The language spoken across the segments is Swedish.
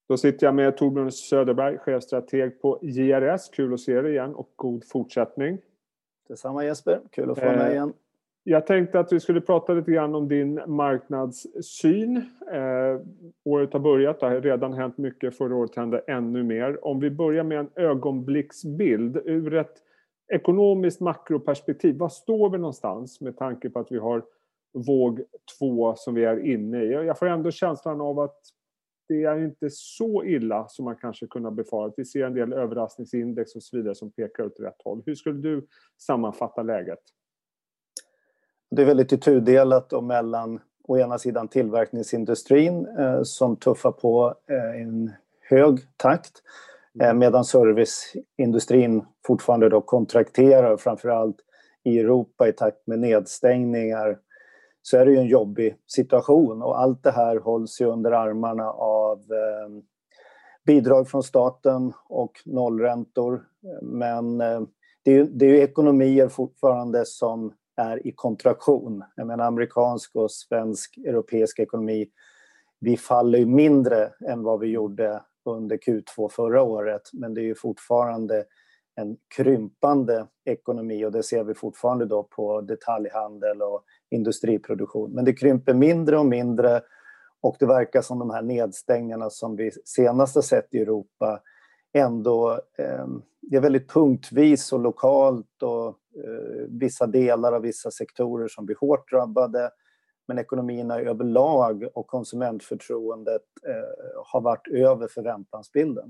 Då sitter jag med Torbjörn Söderberg, chefstrateg på JRS. Kul att se dig igen och god fortsättning. Detsamma Jesper, kul att få med igen. Jag tänkte att vi skulle prata lite grann om din marknadssyn. Året har börjat, det har redan hänt mycket, förra året hände ännu mer. Om vi börjar med en ögonblicksbild ur ett ekonomiskt makroperspektiv. Var står vi någonstans med tanke på att vi har våg 2 som vi är inne i? Jag får ändå känslan av att det är inte så illa som man kanske kunde befara. Vi ser en del överraskningsindex och så vidare som pekar åt rätt håll. Hur skulle du sammanfatta läget? Det är väldigt tudelat mellan å ena sidan tillverkningsindustrin som tuffar på en hög takt medan serviceindustrin fortfarande då kontrakterar, framförallt i Europa i takt med nedstängningar. Så är det ju en jobbig situation och allt det här hålls ju under armarna av bidrag från staten och nollräntor. Men det är ju ekonomier fortfarande som är i kontraktion. Jag menar amerikansk och svensk, europeisk ekonomi. Vi faller ju mindre än vad vi gjorde under Q2 förra året. Men det är ju fortfarande en krympande ekonomi och det ser vi fortfarande då på detaljhandel och industriproduktion. Men det krymper mindre och mindre och det verkar som de här nedstängningarna som vi senast har sett i Europa ändå det är väldigt punktvis och lokalt och vissa delar av vissa sektorer som blir hårt drabbade. Men ekonomierna överlag och konsumentförtroendet har varit över förväntansbilden.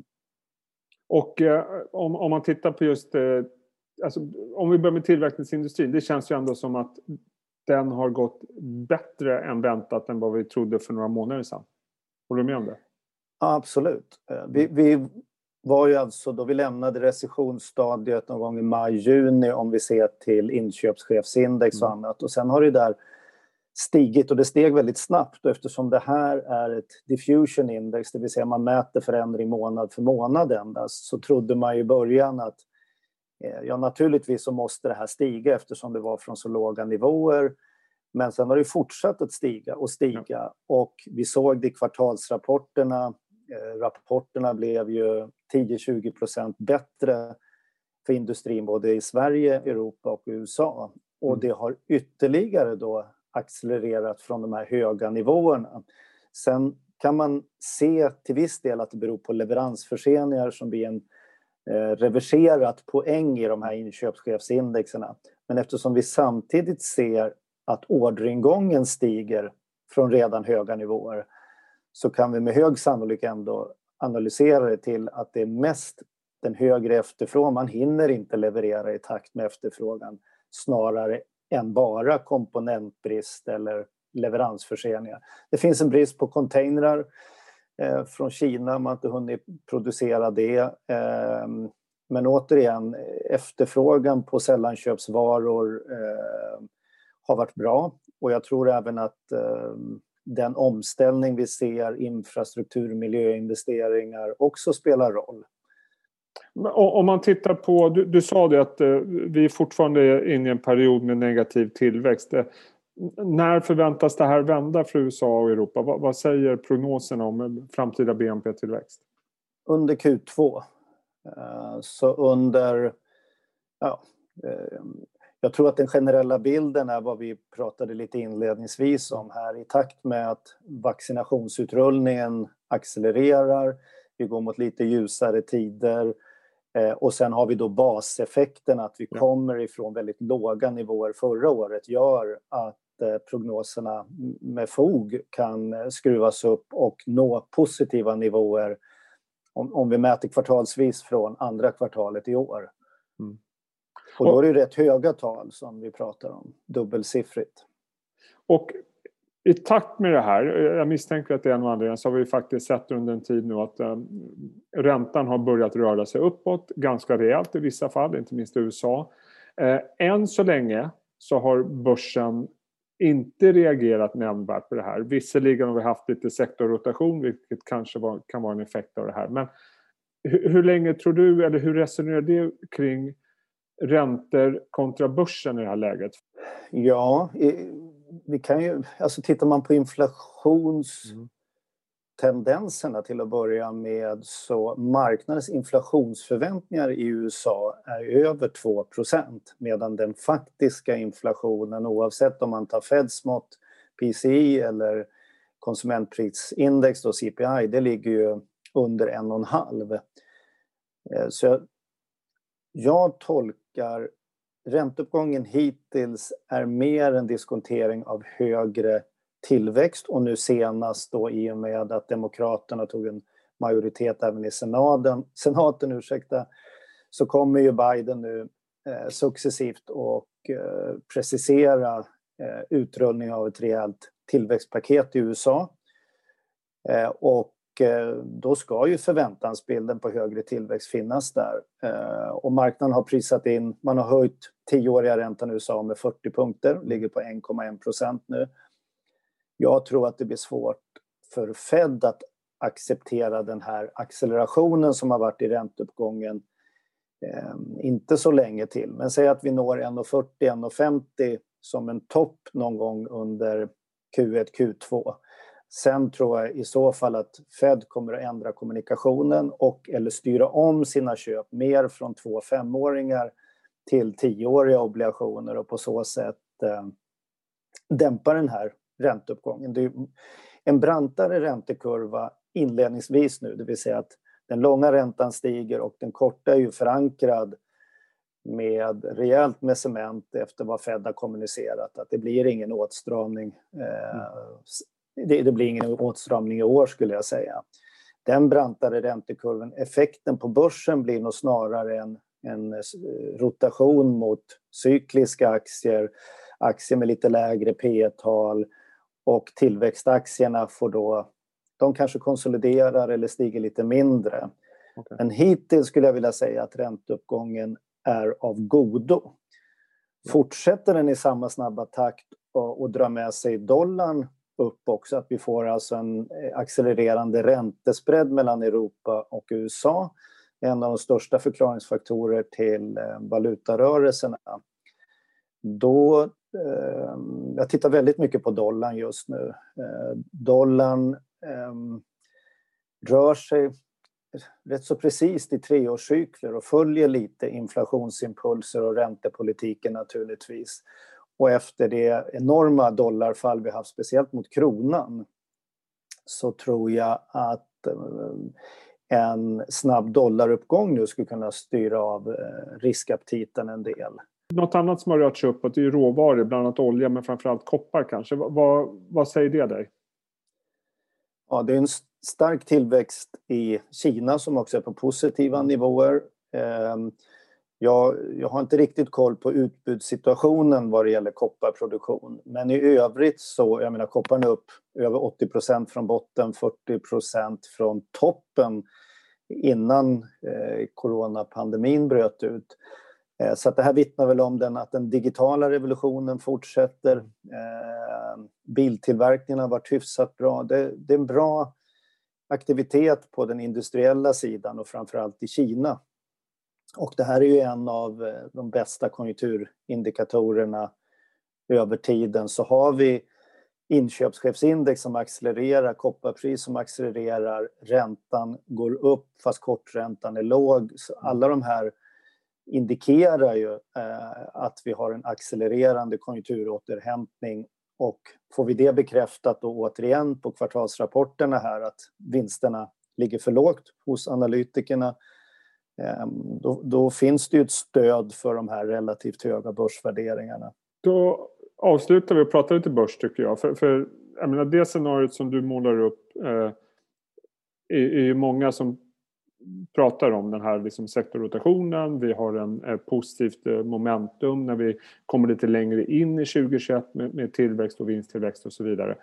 Och om man tittar på just, alltså, om vi börjar med tillverkningsindustrin, det känns ju ändå som att den har gått bättre än väntat än vad vi trodde för några månader sedan. Håller du med om det? Ja, absolut. Vi var ju alltså då vi lämnade recessionsstadiet någon gång i maj-juni om vi ser till inköpschefsindex och annat. Och sen har det där stigit och det steg väldigt snabbt eftersom det här är ett diffusion index, det vill säga man mäter förändring månad för månad endast, så trodde man i början att ja, naturligtvis så måste det här stiga eftersom det var från så låga nivåer. Men sen har det fortsatt att stiga och stiga och vi såg det i kvartalsrapporterna. Rapporterna blev ju 10-20% bättre för industrin både i Sverige, Europa och USA. Och det har ytterligare då accelererat från de här höga nivåerna. Sen kan man se till viss del att det beror på leveransförseningar som blir en reverserat poäng i de här inköpschefsindexerna. Men eftersom vi samtidigt ser att orderingången stiger från redan höga nivåer så kan vi med hög sannolikhet ändå analysera det till att det är mest den högre efterfrågan. Man hinner inte leverera i takt med efterfrågan snarare än bara komponentbrist eller leveransförseningar. Det finns en brist på containrar från Kina, man har inte hunnit producera det. Men återigen, efterfrågan på sällanköpsvaror har varit bra. Och jag tror även att den omställning vi ser, infrastruktur- och miljöinvesteringar också spelar roll. Om man tittar på, du sa det att vi är fortfarande inne i en period med negativ tillväxt. När förväntas det här vända för USA och Europa? Vad säger prognoserna om framtida BNP-tillväxt? Under Q2. Så under... Ja, jag tror att den generella bilden är vad vi pratade lite inledningsvis om här. I takt med att vaccinationsutrullningen accelererar, vi går mot lite ljusare tider och sen har vi då baseffekten att vi kommer ifrån väldigt låga nivåer förra året gör att prognoserna med fog kan skruvas upp och nå positiva nivåer om vi mäter kvartalsvis från andra kvartalet i år. Och då är det rätt höga tal som vi pratar om, dubbelsiffrigt. Och i takt med det här, jag misstänker att det är en av anledningarna, så har vi faktiskt sett under en tid nu att räntan har börjat röra sig uppåt ganska rejält i vissa fall, inte minst i USA. Än så länge så har börsen inte reagerat nämnvärt på det här. Visserligen har vi haft lite sektorrotation, vilket kanske kan vara en effekt av det här. Men hur länge tror du, eller hur resonerar du kring räntor kontra börsen i det här läget? Ja, vi kan ju, alltså tittar man på inflationstempot tendenserna till att börja med, så marknadens inflationsförväntningar i USA är över 2%, medan den faktiska inflationen, oavsett om man tar Feds mått, PCE eller konsumentprisindex då, CPI, det ligger ju under 1,5. Så jag tolkar ränteuppgången hittills är mer en diskontering av högre tillväxt, och nu senast då i och med att demokraterna tog en majoritet även i senaten, så kommer ju Biden nu successivt och precisera utrullning av ett rejält tillväxtpaket i USA. Och då ska ju förväntansbilden på högre tillväxt finnas där. Och marknaden har prisat in, man har höjt 10-åriga räntan i USA med 40 punkter, ligger på 1,1% nu. Jag tror att det blir svårt för Fed att acceptera den här accelerationen som har varit i ränteuppgången inte så länge till. Men säg att vi når 1,40-1,50 som en topp någon gång under Q1, Q2. Sen tror jag i så fall att Fed kommer att ändra kommunikationen eller styra om sina köp mer från 2 5-åringar till 10-åriga obligationer, och på så sätt dämpa den här ränteuppgången. Det är en brantare räntekurva inledningsvis nu, det vill säga att den långa räntan stiger och den korta är ju förankrad med rejält med cement efter vad Fed har kommunicerat, att det blir ingen åtstramning. Det blir ingen åtstramning i år, skulle jag säga. Den brantare räntekurvan, effekten på börsen blir nog snarare en rotation mot cykliska aktier med lite lägre P/tal, och tillväxtaktierna får då, de kanske konsoliderar eller stiger lite mindre. Okay. Men hittills skulle jag vilja säga att ränteuppgången är av godo. Fortsätter den i samma snabba takt och drar med sig dollarn upp också, att vi får alltså en accelererande räntespread mellan Europa och USA, en av de största förklaringsfaktorer till valutarörelserna. Då, jag tittar väldigt mycket på dollarn just nu. Dollarn rör sig rätt så precis i 3-årscykler och följer lite inflationsimpulser och räntepolitiken naturligtvis. Och efter det enorma dollarfall vi haft, speciellt mot kronan, så tror jag att en snabb dollaruppgång nu skulle kunna styra av riskaptiten en del. Något annat som har rört sig uppåt är ju råvaror, bland annat olja men framförallt koppar kanske. Vad säger det dig? Ja, det är en stark tillväxt i Kina som också är på positiva nivåer. Jag har inte riktigt koll på utbudssituationen vad det gäller kopparproduktion. Men i övrigt så, jag menar, kopparn är upp över 80% från botten, 40% från toppen innan coronapandemin bröt ut. Så att det här vittnar väl om att den digitala revolutionen fortsätter. Biltillverkningen har varit hyfsat bra. Det är en bra aktivitet på den industriella sidan och framförallt i Kina. Och det här är ju en av de bästa konjunkturindikatorerna över tiden. Så har vi inköpschefsindex som accelererar, kopparpris som accelererar, räntan går upp fast korträntan är låg. Så alla de här indikerar ju att vi har en accelererande konjunkturåterhämtning, och får vi det bekräftat då återigen på kvartalsrapporterna här att vinsterna ligger för lågt hos analytikerna, då finns det ju ett stöd för de här relativt höga börsvärderingarna. Då avslutar vi och pratar lite börs tycker jag. För jag menar, det scenariot som du målar upp är ju många som pratar om den här liksom sektorrotationen. Vi har en positivt momentum när vi kommer lite längre in i 2021 med tillväxt och vinsttillväxt och så vidare.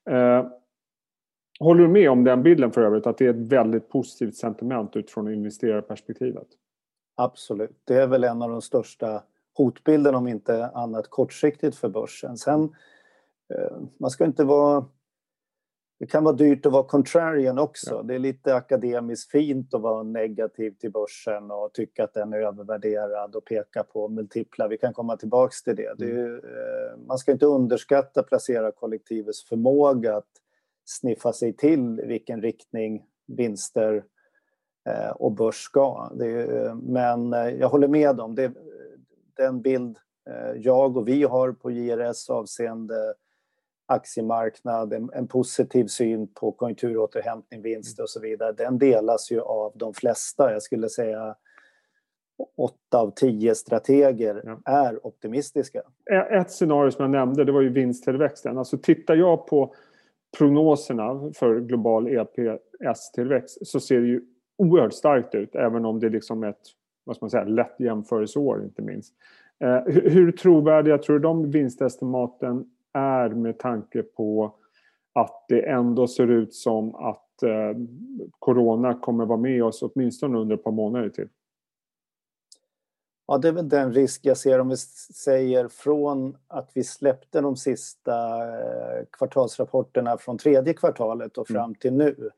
Håller du med om den bilden för övrigt, att det är ett väldigt positivt sentiment utifrån investerarperspektivet? Absolut. Det är väl en av de största hotbilderna, om inte annat kortsiktigt, för börsen. Sen, man ska inte vara... Det kan vara dyrt att vara contrarian också. Ja. Det är lite akademiskt fint att vara negativ till börsen och tycka att den är övervärderad och peka på multiplar. Vi kan komma tillbaka till det. Man ska inte underskatta placerarkollektivets förmåga att sniffa sig till vilken riktning vinster och börs ska. Men jag håller med om det. Den bild jag och vi har på JRS avseende aktiemarknad, en positiv syn på konjunkturåterhämtning, vinster och så vidare, den delas ju av de flesta. Jag skulle säga 8 av 10 strateger är optimistiska. Ett scenario som jag nämnde, det var ju vinsttillväxten. Alltså tittar jag på prognoserna för global EPS-tillväxt så ser det ju oerhört starkt ut, även om det är liksom ett, vad ska man säga, lätt jämförelseår inte minst. Hur trovärdiga tror du de vinstestimaten är med tanke på att det ändå ser ut som att corona kommer vara med oss åtminstone under ett par månader till? Ja, det är väl den risk jag ser om vi säger från att vi släppte de sista kvartalsrapporterna från tredje kvartalet och fram till nu.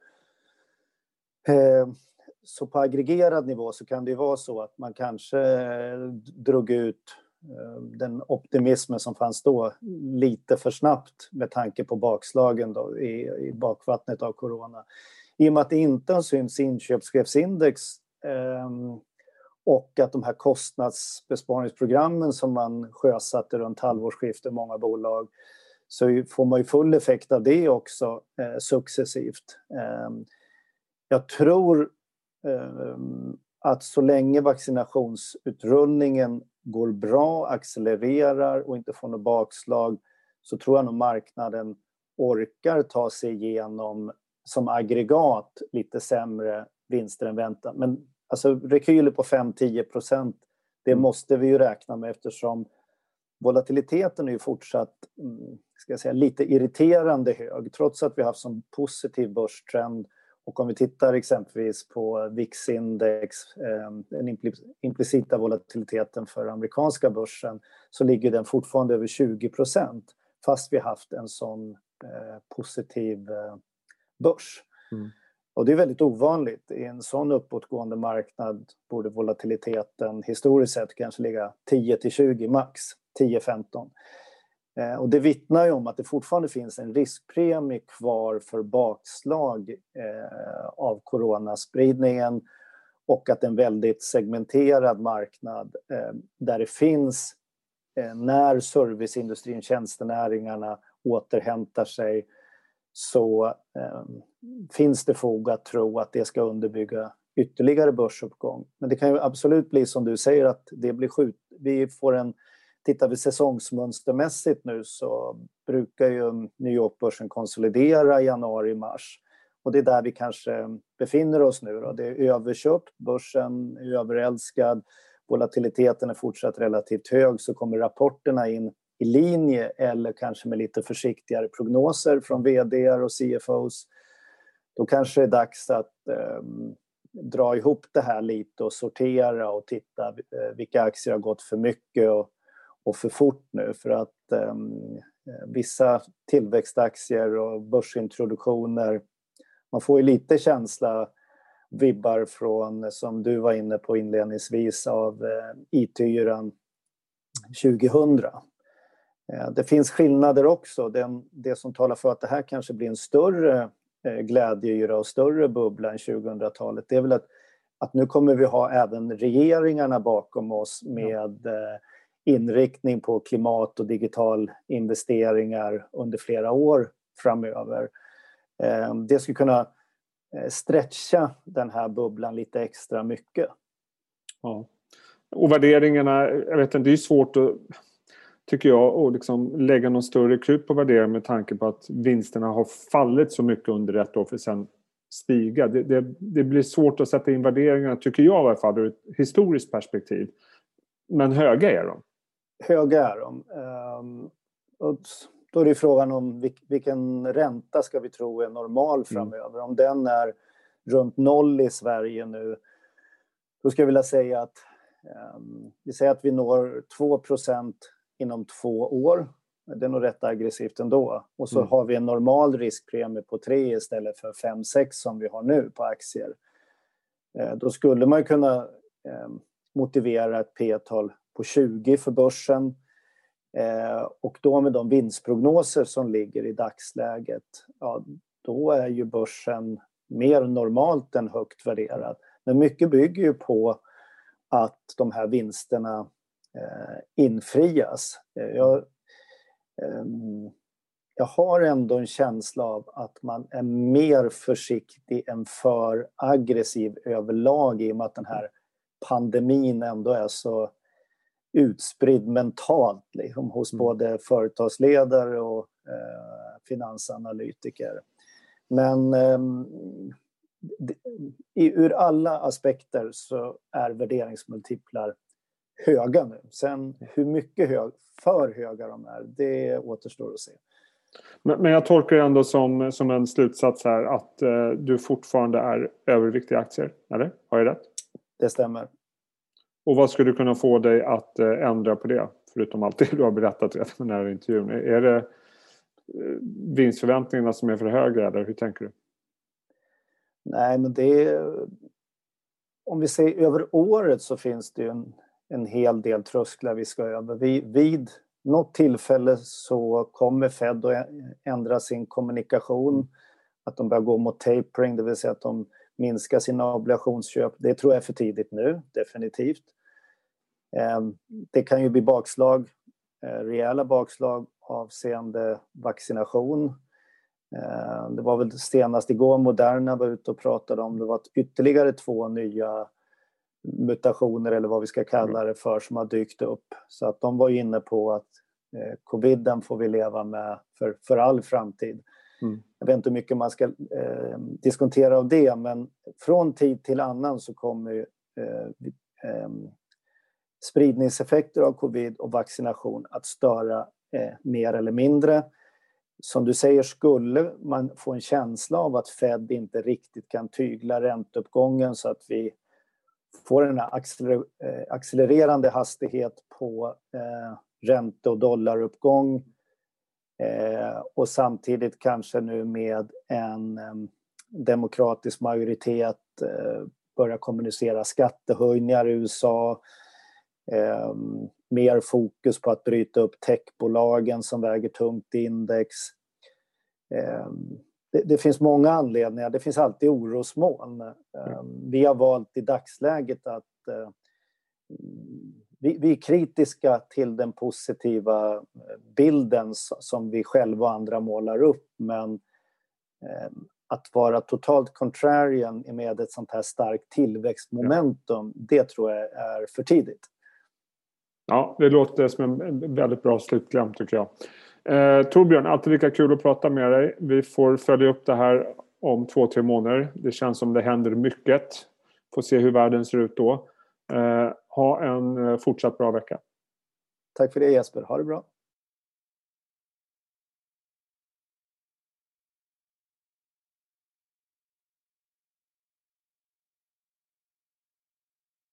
Så på aggregerad nivå så kan det ju vara så att man kanske drog ut den optimismen som fanns då lite för snabbt med tanke på bakslagen då i bakvattnet av corona. I och med att det inte har synts inköpschefsindex och att de här kostnadsbesparingsprogrammen som man sjösatte runt halvårsskiftet, många bolag, så får man ju full effekt av det också successivt. Jag tror att så länge vaccinationsutrullningen går bra, accelererar och inte får något bakslag, så tror jag nog marknaden orkar ta sig igenom som aggregat lite sämre vinster än väntat. Men alltså rekyler på 5-10%, det måste vi ju räkna med eftersom volatiliteten är ju fortsatt ska jag säga, lite irriterande hög trots att vi har haft som positiv börstrend. Och om vi tittar exempelvis på VIX-index, den implicita volatiliteten för amerikanska börsen, så ligger den fortfarande över 20% fast vi haft en sån positiv börs. Och det är väldigt ovanligt. I en sån uppåtgående marknad borde volatiliteten historiskt sett kanske ligga 10-20 max, 10-15. Och det vittnar ju om att det fortfarande finns en riskpremie kvar för bakslag av coronaspridningen och att en väldigt segmenterad marknad där det finns när serviceindustrin, tjänstenäringarna återhämtar sig, så finns det fog att tro att det ska underbygga ytterligare börsuppgång. Men det kan ju absolut bli som du säger att det blir vi får en. Tittar vi säsongsmönstermässigt nu så brukar ju New York-börsen konsolidera i januari-mars. Och det är där vi kanske befinner oss nu då. Det är överköpt, börsen är överälskad, volatiliteten är fortsatt relativt hög, så kommer rapporterna in i linje eller kanske med lite försiktigare prognoser från vd:ar och CFOs. Då kanske det är dags att dra ihop det här lite och sortera och titta vilka aktier har gått för mycket och för fort nu, för att vissa tillväxtaktier och börsintroduktioner, man får ju lite vibbar från, som du var inne på inledningsvis, av IT-yran 2000. Det finns skillnader också. Det som talar för att det här kanske blir en större glädjeyra och större bubbla än 2000-talet, det är väl att nu kommer vi ha även regeringarna bakom oss med inriktning på klimat och digital investeringar under flera år framöver. Det skulle kunna stretcha den här bubblan lite extra mycket. Ja. Och värderingarna, jag vet inte, det är svårt att, tycker jag, att liksom lägga någon större krut på värderingar med tanke på att vinsterna har fallit så mycket under ett år för sen stiga. Det blir svårt att sätta in värderingarna, tycker jag i alla fall, ur ett historiskt perspektiv. Men höga är de. Höga är de. Och då är det frågan om vilken ränta ska vi tro är normal framöver. Om den är runt 0 i Sverige nu, då ska jag vilja säga att vi säger att vi når 2% inom 2 år. Det är nog rätt aggressivt ändå. Och så har vi en normal riskpremie på 3 istället för 5-6 som vi har nu på aktier. Då skulle man kunna motivera ett P-tal på 20 för börsen. Och då med de vinstprognoser som ligger i dagsläget, ja, då är ju börsen mer normalt än högt värderad. Men mycket bygger ju på att de här vinsterna infrias. Jag har ändå en känsla av att man är mer försiktig än för aggressiv överlag i och med att den här pandemin ändå är så utspridd mentalt liksom, hos både företagsledare och finansanalytiker. Men ur alla aspekter så är värderingsmultiplar höga nu. Sen hur mycket för höga de är, det återstår att se. Men jag tolkar ändå som en slutsats här att du fortfarande är överviktig i aktier, eller? Har jag rätt? Det stämmer. Och vad skulle kunna få dig att ändra på det? Förutom allt det du har berättat redan i den här intervjun. Är det vinstförväntningarna som är för höga eller hur tänker du? Nej, men om vi ser över året så finns det ju en hel del trösklar vi ska över. Vid något tillfälle så kommer Fed att ändra sin kommunikation. Att de börjar gå mot tapering, det vill säga att de minskar sina obligationsköp. Det tror jag är för tidigt nu, definitivt. Det kan ju bli bakslag, rejäla bakslag avseende vaccination. Det var väl senast igår Moderna var ute och pratade om det var ytterligare 2 nya mutationer eller vad vi ska kalla det för som har dykt upp. Så att de var inne på att coviden får vi leva med för all framtid. Jag vet inte hur mycket man ska diskontera av det, men från tid till annan så kommer spridningseffekter av covid och vaccination att störa mer eller mindre. Som du säger, skulle man få en känsla av att Fed inte riktigt kan tygla ränteuppgången så att vi får en accelererande hastighet på ränte- och dollaruppgång och samtidigt kanske nu med en demokratisk majoritet börja kommunicera skattehöjningar i USA, mer fokus på att bryta upp techbolagen som väger tungt i index. Det finns många anledningar, det finns alltid orosmoln. Vi har valt i dagsläget att vi är kritiska till den positiva bilden som vi själva och andra målar upp, men att vara totalt contrarian med ett sånt här starkt tillväxtmomentum, det tror jag är för tidigt. Ja, det låter som en väldigt bra slutkläm tycker jag. Torbjörn, alltid lika kul att prata med dig. Vi får följa upp det här om 2-3 månader. Det känns som det händer mycket. Får se hur världen ser ut då. Ha en fortsatt bra vecka. Tack för det Jesper, ha det bra.